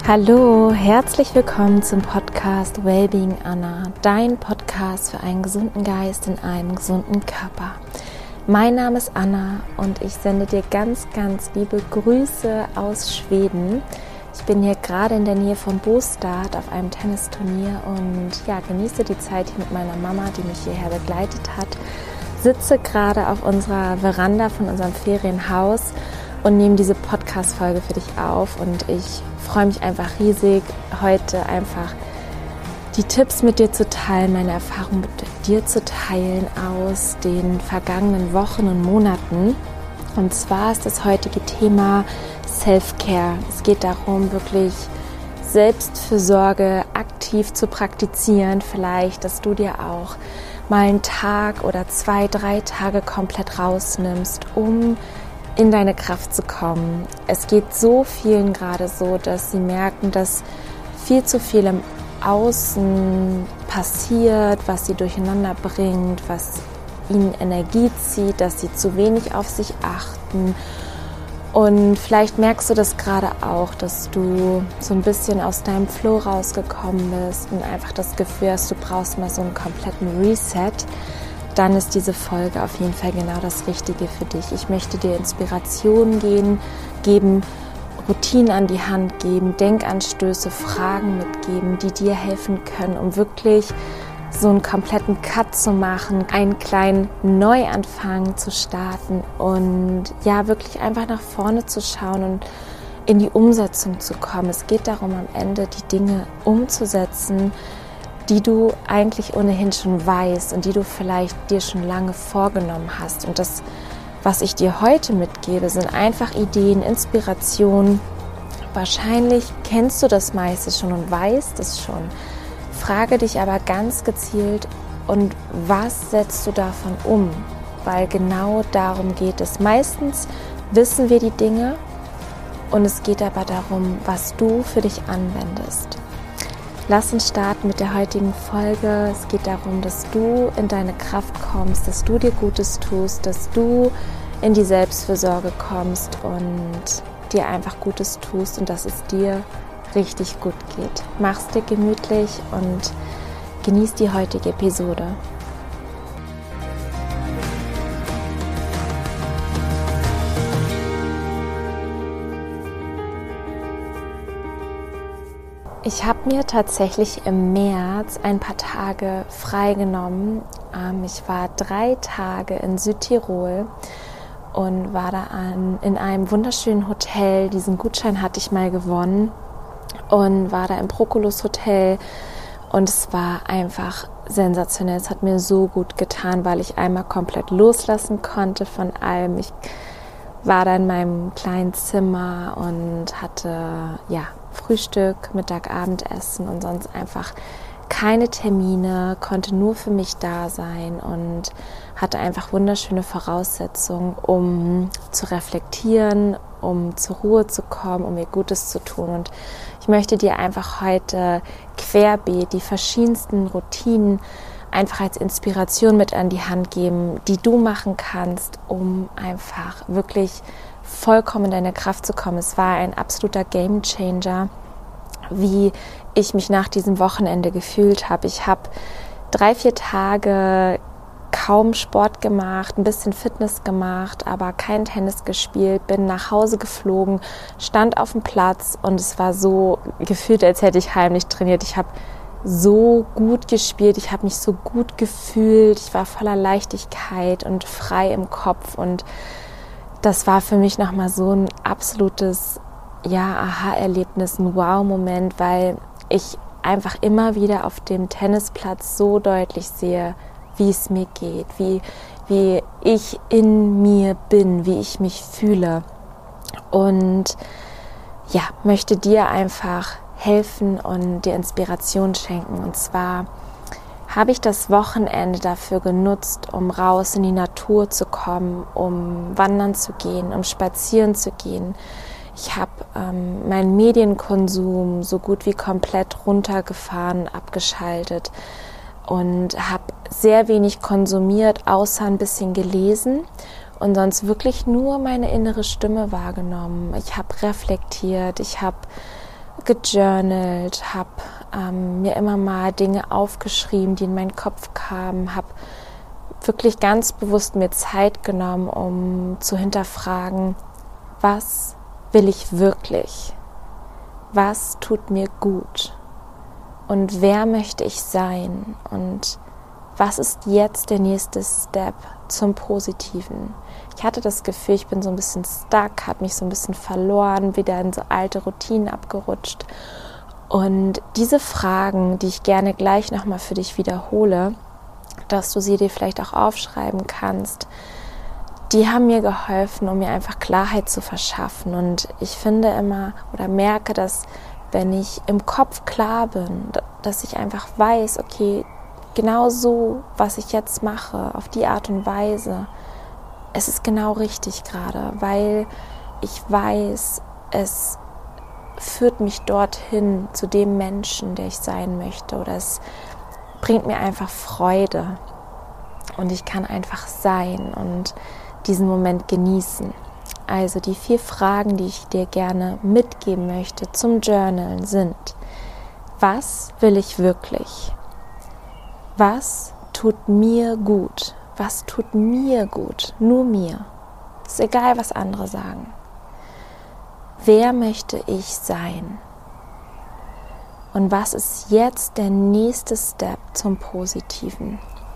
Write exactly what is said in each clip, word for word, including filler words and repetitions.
Hallo, herzlich willkommen zum Podcast Wellbeing Anna, dein Podcast für einen gesunden Geist in einem gesunden Körper. Mein Name ist Anna und ich sende dir ganz, ganz liebe Grüße aus Schweden. Ich bin hier gerade in der Nähe von Båstad auf einem Tennisturnier und ja, genieße die Zeit hier mit meiner Mama, die mich hierher begleitet hat. Sitze gerade auf unserer Veranda von unserem Ferienhaus und nehme diese Podcast-Folge für dich auf und ich freue mich einfach riesig, heute einfach die Tipps mit dir zu teilen, meine Erfahrungen mit dir zu teilen aus den vergangenen Wochen und Monaten. Und zwar ist das heutige Thema Self-Care. Es geht darum, wirklich Selbstfürsorge aktiv zu praktizieren. Vielleicht, dass du dir auch mal einen Tag oder zwei, drei Tage komplett rausnimmst, um in deine Kraft zu kommen. Es geht so vielen gerade so, dass sie merken, dass viel zu viel im Außen passiert, was sie durcheinander bringt, was ihnen Energie zieht, dass sie zu wenig auf sich achten. Und vielleicht merkst du das gerade auch, dass du so ein bisschen aus deinem Flow rausgekommen bist und einfach das Gefühl hast, du brauchst mal so einen kompletten Reset. Dann ist diese Folge auf jeden Fall genau das Richtige für dich. Ich möchte dir Inspirationen geben, geben, Routinen an die Hand geben, Denkanstöße, Fragen mitgeben, die dir helfen können, um wirklich so einen kompletten Cut zu machen, einen kleinen Neuanfang zu starten und ja, wirklich einfach nach vorne zu schauen und in die Umsetzung zu kommen. Es geht darum, am Ende die Dinge umzusetzen, die du eigentlich ohnehin schon weißt und die du vielleicht dir schon lange vorgenommen hast. Und das, was ich dir heute mitgebe, sind einfach Ideen, Inspirationen. Wahrscheinlich kennst du das meiste schon und weißt es schon. Frage dich aber ganz gezielt, und was setzt du davon um? Weil genau darum geht es. Meistens wissen wir die Dinge und es geht aber darum, was du für dich anwendest. Lass uns starten mit der heutigen Folge. Es geht darum, dass du in deine Kraft kommst, dass du dir Gutes tust, dass du in die Selbstfürsorge kommst und dir einfach Gutes tust und dass es dir richtig gut geht. Mach's dir gemütlich und genieß die heutige Episode. Ich habe mir tatsächlich im März ein paar Tage freigenommen. Ich war drei Tage in Südtirol und war da an, in einem wunderschönen Hotel. Diesen Gutschein hatte ich mal gewonnen und war da im Proculus Hotel und es war einfach sensationell. Es hat mir so gut getan, weil ich einmal komplett loslassen konnte von allem. Ich war da in meinem kleinen Zimmer und hatte ja Frühstück, Mittag, Abendessen und sonst einfach keine Termine, konnte nur für mich da sein und hatte einfach wunderschöne Voraussetzungen, um zu reflektieren, um zur Ruhe zu kommen, um mir Gutes zu tun. Und ich möchte dir einfach heute querbeet die verschiedensten Routinen einfach als Inspiration mit an die Hand geben, die du machen kannst, um einfach wirklich vollkommen in deine Kraft zu kommen. Es war ein absoluter Gamechanger, wie ich mich nach diesem Wochenende gefühlt habe. Ich habe drei, vier Tage kaum Sport gemacht, ein bisschen Fitness gemacht, aber kein Tennis gespielt, bin nach Hause geflogen, stand auf dem Platz und es war so gefühlt, als hätte ich heimlich trainiert. Ich habe so gut gespielt, ich habe mich so gut gefühlt, ich war voller Leichtigkeit und frei im Kopf und das war für mich nochmal so ein absolutes ja, Aha-Erlebnis, ein Wow-Moment, weil ich einfach immer wieder auf dem Tennisplatz so deutlich sehe, wie es mir geht, wie, wie ich in mir bin, wie ich mich fühle und ja, möchte dir einfach helfen und dir Inspiration schenken. Und zwar habe ich das Wochenende dafür genutzt, um raus in die Natur zu kommen, um wandern zu gehen, um spazieren zu gehen. Ich habe ähm, meinen Medienkonsum so gut wie komplett runtergefahren, abgeschaltet und habe sehr wenig konsumiert, außer ein bisschen gelesen und sonst wirklich nur meine innere Stimme wahrgenommen. Ich habe reflektiert, ich habe gejournalt, habe ähm, mir immer mal Dinge aufgeschrieben, die in meinen Kopf kamen, habe wirklich ganz bewusst mir Zeit genommen, um zu hinterfragen, was will ich wirklich? Was tut mir gut? Und wer möchte ich sein? Und was ist jetzt der nächste Step zum Positiven? Ich hatte das Gefühl, ich bin so ein bisschen stuck, habe mich so ein bisschen verloren, wieder in so alte Routinen abgerutscht. Und diese Fragen, die ich gerne gleich nochmal für dich wiederhole, dass du sie dir vielleicht auch aufschreiben kannst, die haben mir geholfen, um mir einfach Klarheit zu verschaffen. Und ich finde immer oder merke, dass wenn ich im Kopf klar bin, dass ich einfach weiß, okay, genau so, was ich jetzt mache, auf die Art und Weise, es ist genau richtig gerade, weil ich weiß, es führt mich dorthin zu dem Menschen, der ich sein möchte, oder es bringt mir einfach Freude und ich kann einfach sein und diesen Moment genießen. Also die vier Fragen, die ich dir gerne mitgeben möchte zum Journalen sind: Was will ich wirklich? Was tut mir gut? Was tut mir gut? Nur mir. Ist egal, was andere sagen. Wer möchte ich sein? Und was ist jetzt der nächste Step zum Positiven?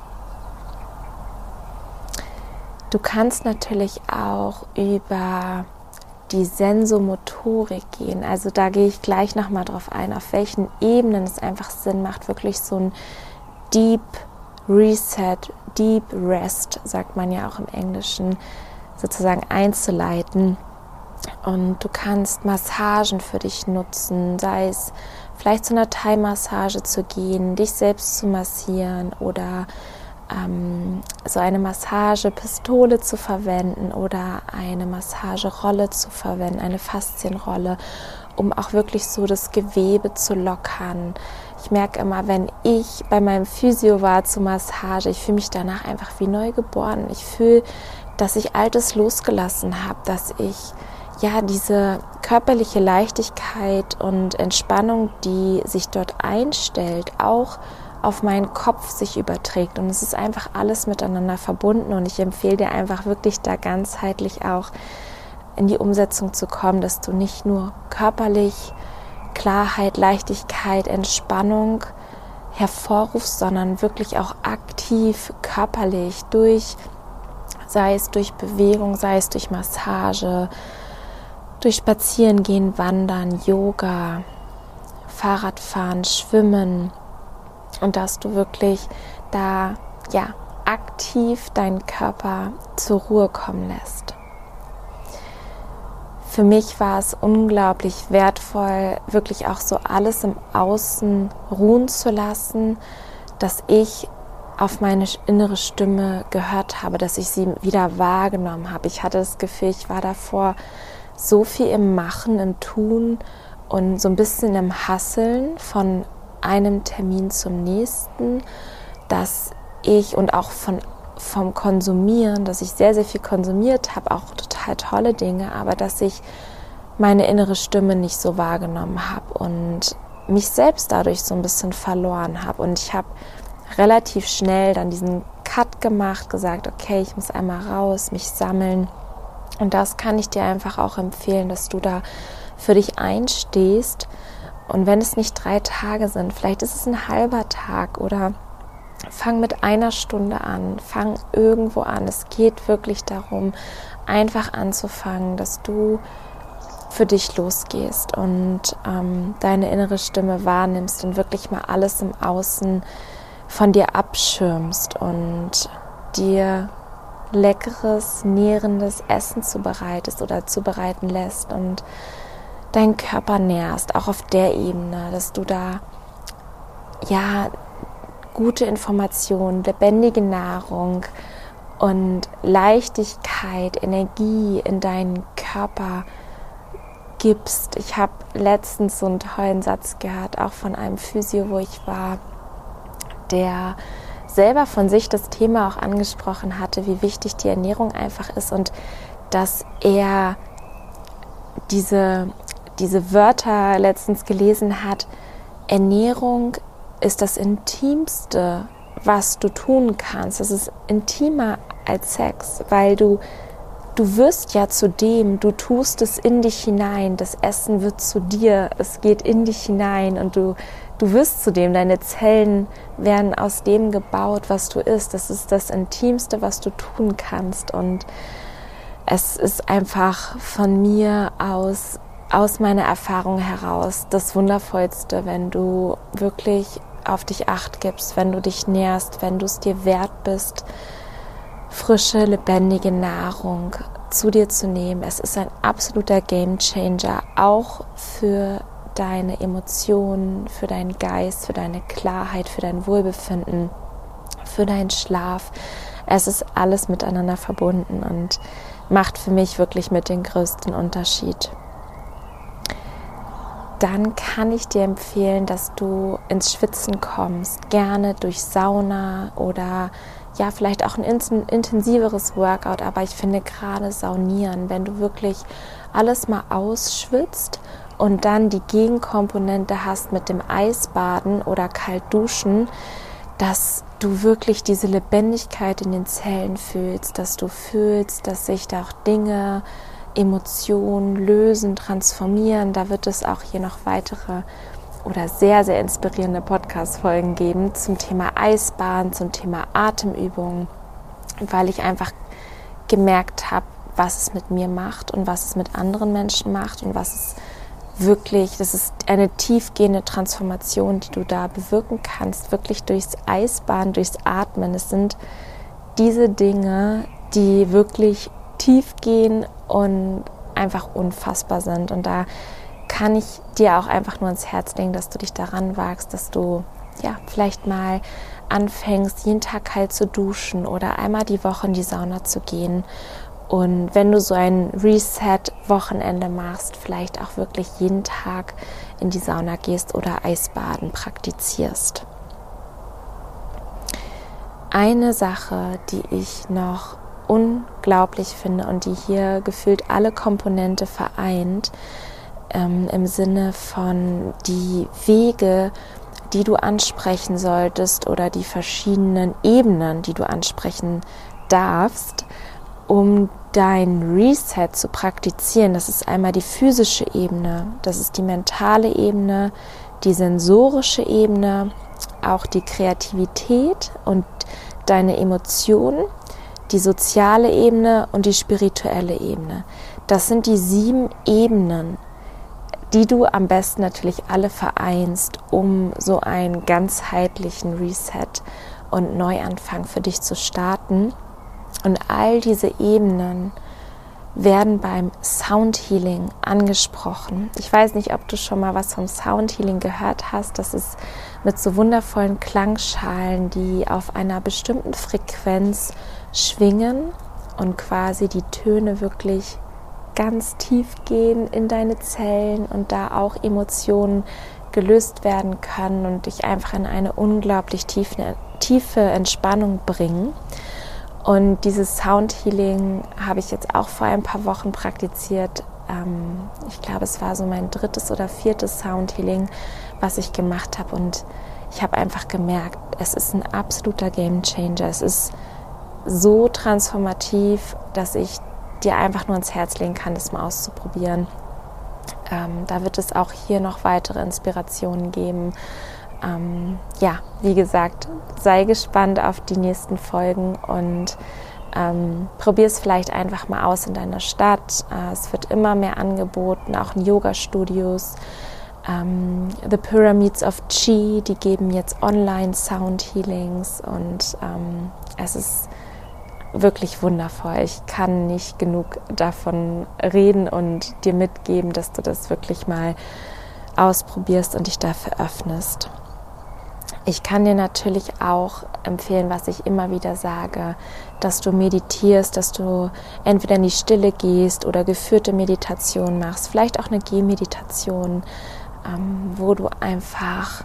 Du kannst natürlich auch über die Sensomotorik gehen. Also da gehe ich gleich nochmal drauf ein, auf welchen Ebenen es einfach Sinn macht, wirklich so ein Deep Reset, Deep Rest, sagt man ja auch im Englischen, sozusagen einzuleiten. Und du kannst Massagen für dich nutzen, sei es vielleicht zu einer Thai-Massage zu gehen, dich selbst zu massieren oder ähm, so eine Massagepistole zu verwenden oder eine Massagerolle zu verwenden, eine Faszienrolle, um auch wirklich so das Gewebe zu lockern. Ich merke immer, wenn ich bei meinem Physio war zur Massage, ich fühle mich danach einfach wie neu geboren. Ich fühle, dass ich Altes losgelassen habe, dass ich ja diese körperliche Leichtigkeit und Entspannung, die sich dort einstellt, auch auf meinen Kopf sich überträgt. Und es ist einfach alles miteinander verbunden und ich empfehle dir einfach wirklich da ganzheitlich auch in die Umsetzung zu kommen, dass du nicht nur körperlich Klarheit, Leichtigkeit, Entspannung hervorrufst, sondern wirklich auch aktiv körperlich durch, sei es durch Bewegung, sei es durch Massage, durch Spazierengehen, Wandern, Yoga, Fahrradfahren, Schwimmen, und dass du wirklich da ja aktiv deinen Körper zur Ruhe kommen lässt. Für mich war es unglaublich wertvoll, wirklich auch so alles im Außen ruhen zu lassen, dass ich auf meine innere Stimme gehört habe, dass ich sie wieder wahrgenommen habe. Ich hatte das Gefühl, ich war davor so viel im Machen, im Tun und so ein bisschen im Hasseln von einem Termin zum nächsten, dass ich und auch von, vom Konsumieren, dass ich sehr, sehr viel konsumiert habe, auch total tolle Dinge, aber dass ich meine innere Stimme nicht so wahrgenommen habe und mich selbst dadurch so ein bisschen verloren habe. Und ich habe relativ schnell dann diesen Cut gemacht, gesagt, okay, ich muss einmal raus, mich sammeln. Und das kann ich dir einfach auch empfehlen, dass du da für dich einstehst. Und wenn es nicht drei Tage sind, vielleicht ist es ein halber Tag oder fang mit einer Stunde an, fang irgendwo an. Es geht wirklich darum, einfach anzufangen, dass du für dich losgehst und ähm, deine innere Stimme wahrnimmst und wirklich mal alles im Außen von dir abschirmst und dir leckeres, nährendes Essen zubereitest oder zubereiten lässt und deinen Körper nährst, auch auf der Ebene, dass du da ja gute Informationen, lebendige Nahrung und Leichtigkeit, Energie in deinen Körper gibst. Ich habe letztens so einen tollen Satz gehört, auch von einem Physio, wo ich war, der selber von sich das Thema auch angesprochen hatte, wie wichtig die Ernährung einfach ist und dass er diese diese Wörter letztens gelesen hat, Ernährung ist das Intimste, was du tun kannst. Es ist intimer als Sex, weil du, du wirst ja zu dem, du tust es in dich hinein, das Essen wird zu dir, es geht in dich hinein und du, du wirst zu dem, deine Zellen werden aus dem gebaut, was du isst. Das ist das Intimste, was du tun kannst und es ist einfach von mir aus, aus meiner Erfahrung heraus das Wundervollste, wenn du wirklich auf dich Acht gibst, wenn du dich nährst, wenn du es dir wert bist, frische, lebendige Nahrung zu dir zu nehmen. Es ist ein absoluter Gamechanger, auch für deine Emotionen, für deinen Geist, für deine Klarheit, für dein Wohlbefinden, für deinen Schlaf. Es ist alles miteinander verbunden und macht für mich wirklich mit den größten Unterschied. Dann kann ich dir empfehlen, dass du ins Schwitzen kommst, gerne durch Sauna oder ja, vielleicht auch ein intensiveres Workout, aber ich finde gerade Saunieren, wenn du wirklich alles mal ausschwitzt und dann die Gegenkomponente hast mit dem Eisbaden oder Kaltduschen, dass du wirklich diese Lebendigkeit in den Zellen fühlst, dass du fühlst, dass sich da auch Dinge, Emotionen lösen, transformieren. Da wird es auch hier noch weitere oder sehr, sehr inspirierende Podcast-Folgen geben zum Thema Eisbaden, zum Thema Atemübungen, weil ich einfach gemerkt habe, was es mit mir macht und was es mit anderen Menschen macht und was es wirklich, das ist eine tiefgehende Transformation, die du da bewirken kannst, wirklich durchs Eisbaden, durchs Atmen. Es sind diese Dinge, die wirklich tief gehen und einfach unfassbar sind. Und da kann ich dir auch einfach nur ins Herz legen, dass du dich daran wagst, dass du ja vielleicht mal anfängst, jeden Tag kalt zu duschen oder einmal die Woche in die Sauna zu gehen. Und wenn du so ein Reset-Wochenende machst, vielleicht auch wirklich jeden Tag in die Sauna gehst oder Eisbaden praktizierst. Eine Sache, die ich noch unglaublich finde und die hier gefühlt alle Komponente vereint, ähm, im Sinne von die Wege, die du ansprechen solltest oder die verschiedenen Ebenen, die du ansprechen darfst, um dein Reset zu praktizieren. Das ist einmal die physische Ebene, das ist die mentale Ebene, die sensorische Ebene, auch die Kreativität und deine Emotionen, die soziale Ebene und die spirituelle Ebene. Das sind die sieben Ebenen, die du am besten natürlich alle vereinst, um so einen ganzheitlichen Reset und Neuanfang für dich zu starten. Und all diese Ebenen werden beim Soundhealing angesprochen. Ich weiß nicht, ob du schon mal was vom Soundhealing gehört hast. Das ist mit so wundervollen Klangschalen, die auf einer bestimmten Frequenz schwingen und quasi die Töne wirklich ganz tief gehen in deine Zellen und da auch Emotionen gelöst werden können und dich einfach in eine unglaublich tiefe, tiefe Entspannung bringen. Und dieses Soundhealing habe ich jetzt auch vor ein paar Wochen praktiziert. Ähm, ich glaube, es war so mein drittes oder viertes Soundhealing, was ich gemacht habe. Und ich habe einfach gemerkt, es ist ein absoluter Gamechanger. Es ist so transformativ, dass ich dir einfach nur ins Herz legen kann, das mal auszuprobieren. Ähm, da wird es auch hier noch weitere Inspirationen geben. Ähm, ja, wie gesagt, sei gespannt auf die nächsten Folgen und ähm, probier es vielleicht einfach mal aus in deiner Stadt. Äh, es wird immer mehr angeboten, auch in Yoga-Studios. Ähm, The Pyramids of Chi, die geben jetzt Online-Sound-Healings und ähm, es ist wirklich wundervoll. Ich kann nicht genug davon reden und dir mitgeben, dass du das wirklich mal ausprobierst und dich dafür öffnest. Ich kann dir natürlich auch empfehlen, was ich immer wieder sage, dass du meditierst, dass du entweder in die Stille gehst oder geführte Meditation machst, vielleicht auch eine Gehmeditation, ähm, wo du einfach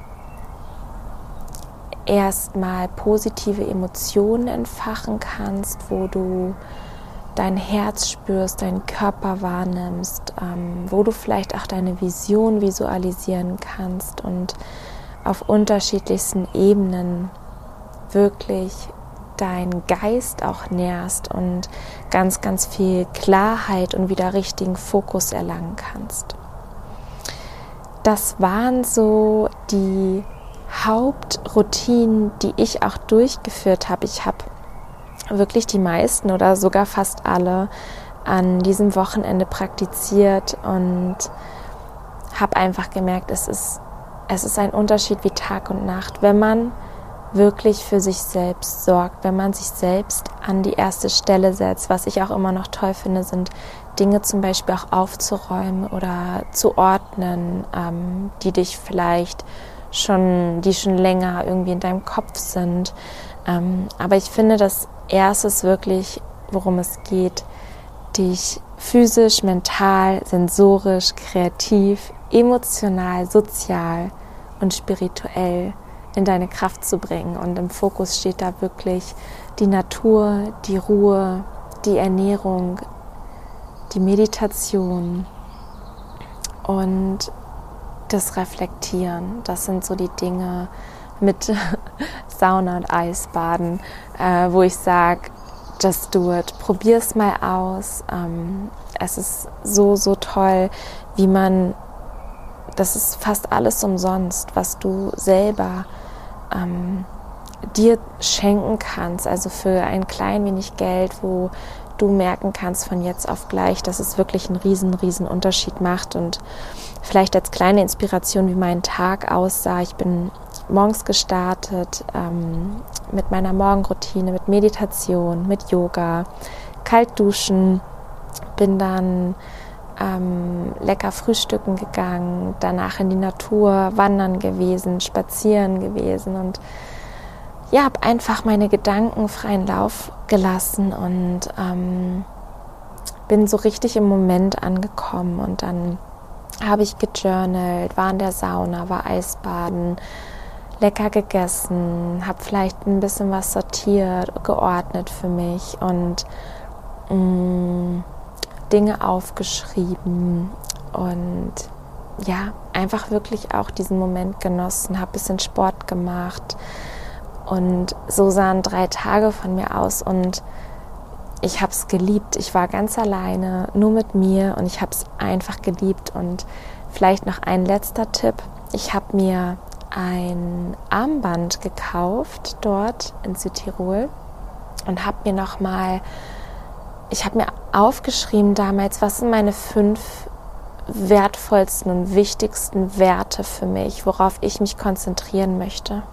erstmal positive Emotionen entfachen kannst, wo du dein Herz spürst, deinen Körper wahrnimmst, ähm, wo du vielleicht auch deine Vision visualisieren kannst und auf unterschiedlichsten Ebenen wirklich deinen Geist auch nährst und ganz, ganz viel Klarheit und wieder richtigen Fokus erlangen kannst. Das waren so die Hauptroutinen, die ich auch durchgeführt habe. Ich habe wirklich die meisten oder sogar fast alle an diesem Wochenende praktiziert und habe einfach gemerkt, es ist, es ist ein Unterschied wie Tag und Nacht, wenn man wirklich für sich selbst sorgt, wenn man sich selbst an die erste Stelle setzt. Was ich auch immer noch toll finde, sind Dinge zum Beispiel auch aufzuräumen oder zu ordnen, ähm, die dich vielleicht schon, die schon länger irgendwie in deinem Kopf sind. Ähm, aber ich finde, das Erste ist wirklich, worum es geht, dich physisch, mental, sensorisch, kreativ, emotional, sozial und spirituell in deine Kraft zu bringen. Und im Fokus steht da wirklich die Natur, die Ruhe, die Ernährung, die Meditation und das Reflektieren. Das sind so die Dinge mit Sauna und Eisbaden, äh, wo ich sage, just do it. Probier es mal aus. Ähm, es ist so, so toll, wie man, das ist fast alles umsonst, was du selber ähm, dir schenken kannst, also für ein klein wenig Geld, wo du merken kannst von jetzt auf gleich, dass es wirklich einen riesen, riesen Unterschied macht. Und vielleicht als kleine Inspiration, wie mein Tag aussah. Ich bin morgens gestartet ähm, mit meiner Morgenroutine, mit Meditation, mit Yoga, kalt duschen, bin dann ähm, lecker frühstücken gegangen, danach in die Natur wandern gewesen, spazieren gewesen und ja, habe einfach meine Gedanken freien Lauf gelassen und ähm, bin so richtig im Moment angekommen. Und dann habe ich gejournalt, war in der Sauna, war Eisbaden, lecker gegessen, habe vielleicht ein bisschen was sortiert, geordnet für mich und mh, Dinge aufgeschrieben und ja, einfach wirklich auch diesen Moment genossen, habe ein bisschen Sport gemacht. Und so sahen drei Tage von mir aus und ich habe es geliebt. Ich war ganz alleine, nur mit mir und ich habe es einfach geliebt. Und vielleicht noch ein letzter Tipp. Ich habe mir ein Armband gekauft dort in Südtirol und habe mir nochmal, ich habe mir aufgeschrieben damals, was sind meine fünf wertvollsten und wichtigsten Werte für mich, worauf ich mich konzentrieren möchte.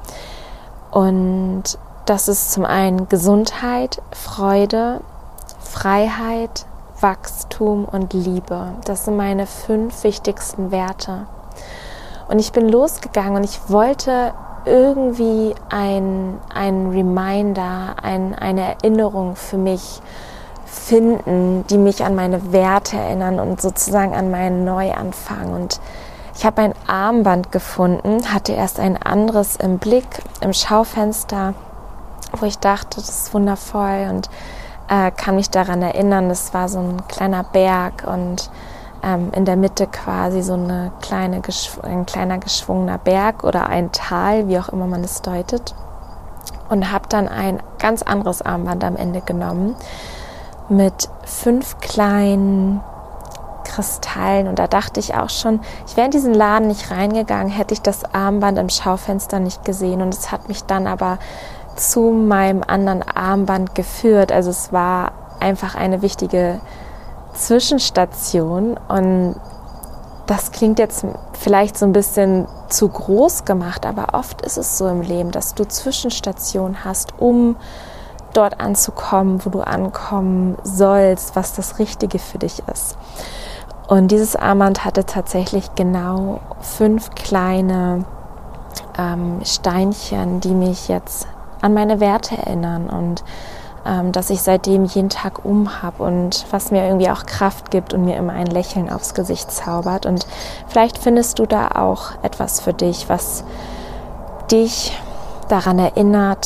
Und das ist zum einen Gesundheit, Freude, Freiheit, Wachstum und Liebe. Das sind meine fünf wichtigsten Werte. Und ich bin losgegangen und ich wollte irgendwie ein, ein Reminder, ein, eine Erinnerung für mich finden, die mich an meine Werte erinnern und sozusagen an meinen Neuanfang. Und ich habe ein Armband gefunden, hatte erst ein anderes im Blick, im Schaufenster, wo ich dachte, das ist wundervoll und äh, kann mich daran erinnern, das war so ein kleiner Berg und ähm, in der Mitte quasi so eine kleine, ein kleiner geschwungener Berg oder ein Tal, wie auch immer man es deutet. Und habe dann ein ganz anderes Armband am Ende genommen mit fünf kleinen Kristallen und da dachte ich auch schon, ich wäre in diesen Laden nicht reingegangen, hätte ich das Armband im Schaufenster nicht gesehen und es hat mich dann aber zu meinem anderen Armband geführt, also es war einfach eine wichtige Zwischenstation und das klingt jetzt vielleicht so ein bisschen zu groß gemacht, aber oft ist es so im Leben, dass du Zwischenstationen hast, um dort anzukommen, wo du ankommen sollst, was das Richtige für dich ist. Und dieses Armband hatte tatsächlich genau fünf kleine ähm, Steinchen, die mich jetzt an meine Werte erinnern und ähm, dass ich seitdem jeden Tag umhab und was mir irgendwie auch Kraft gibt und mir immer ein Lächeln aufs Gesicht zaubert. Und vielleicht findest du da auch etwas für dich, was dich daran erinnert,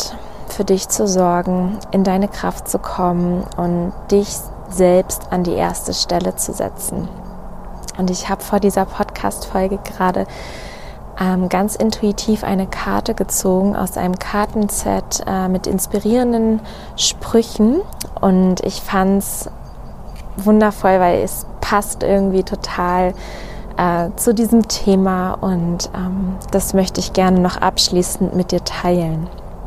für dich zu sorgen, in deine Kraft zu kommen und dich selbst an die erste Stelle zu setzen. Und ich habe vor dieser Podcast-Folge gerade ähm, ganz intuitiv eine Karte gezogen aus einem Kartenset äh, mit inspirierenden Sprüchen. Und ich fand es wundervoll, weil es passt irgendwie total äh, zu diesem Thema. Und ähm, das möchte ich gerne noch abschließend mit dir teilen.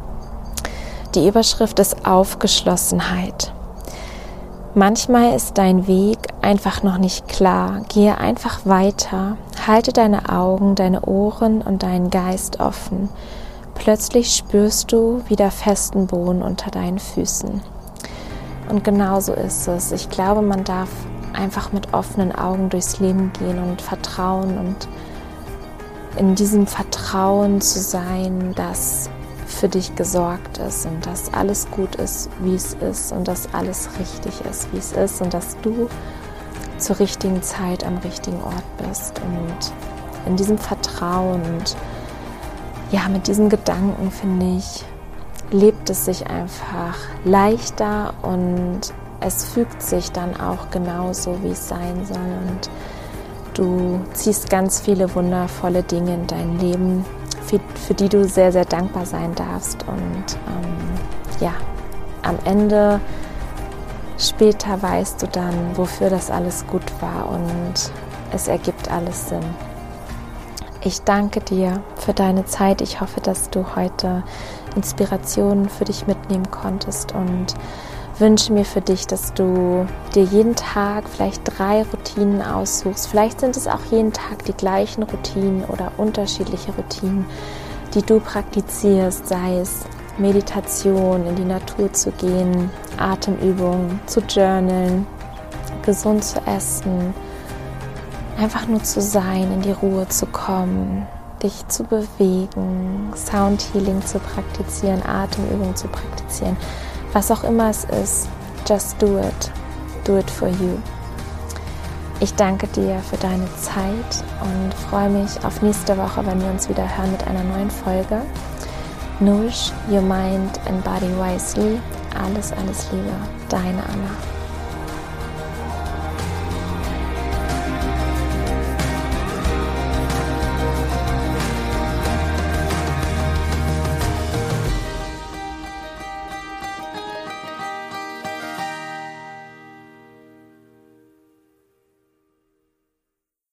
Die Überschrift ist Aufgeschlossenheit. Manchmal ist dein Weg einfach noch nicht klar. Gehe einfach weiter. Halte deine Augen, deine Ohren und deinen Geist offen. Plötzlich spürst du wieder festen Boden unter deinen Füßen. Und genauso ist es. Ich glaube, man darf einfach mit offenen Augen durchs Leben gehen und vertrauen und in diesem Vertrauen zu sein, dass für dich gesorgt ist und dass alles gut ist, wie es ist und dass alles richtig ist, wie es ist und dass du zur richtigen Zeit am richtigen Ort bist. Und in diesem Vertrauen und ja, mit diesen Gedanken, finde ich, lebt es sich einfach leichter und es fügt sich dann auch genauso, wie es sein soll. Und du ziehst ganz viele wundervolle Dinge in dein Leben, für, für die du sehr, sehr dankbar sein darfst. Und ähm, ja, am Ende, später weißt du dann, wofür das alles gut war und es ergibt alles Sinn. Ich danke dir für deine Zeit. Ich hoffe, dass du heute Inspirationen für dich mitnehmen konntest und wünsche mir für dich, dass du dir jeden Tag vielleicht drei Routinen aussuchst. Vielleicht sind es auch jeden Tag die gleichen Routinen oder unterschiedliche Routinen, die du praktizierst, sei es Meditation, in die Natur zu gehen, Atemübungen, zu journalen, gesund zu essen, einfach nur zu sein, in die Ruhe zu kommen, dich zu bewegen, Soundhealing zu praktizieren, Atemübungen zu praktizieren. Was auch immer es ist, just do it. Do it for you. Ich danke dir für deine Zeit und freue mich auf nächste Woche, wenn wir uns wieder hören mit einer neuen Folge. Nourish your mind and body wisely. Alles, alles Liebe. Deine Anna.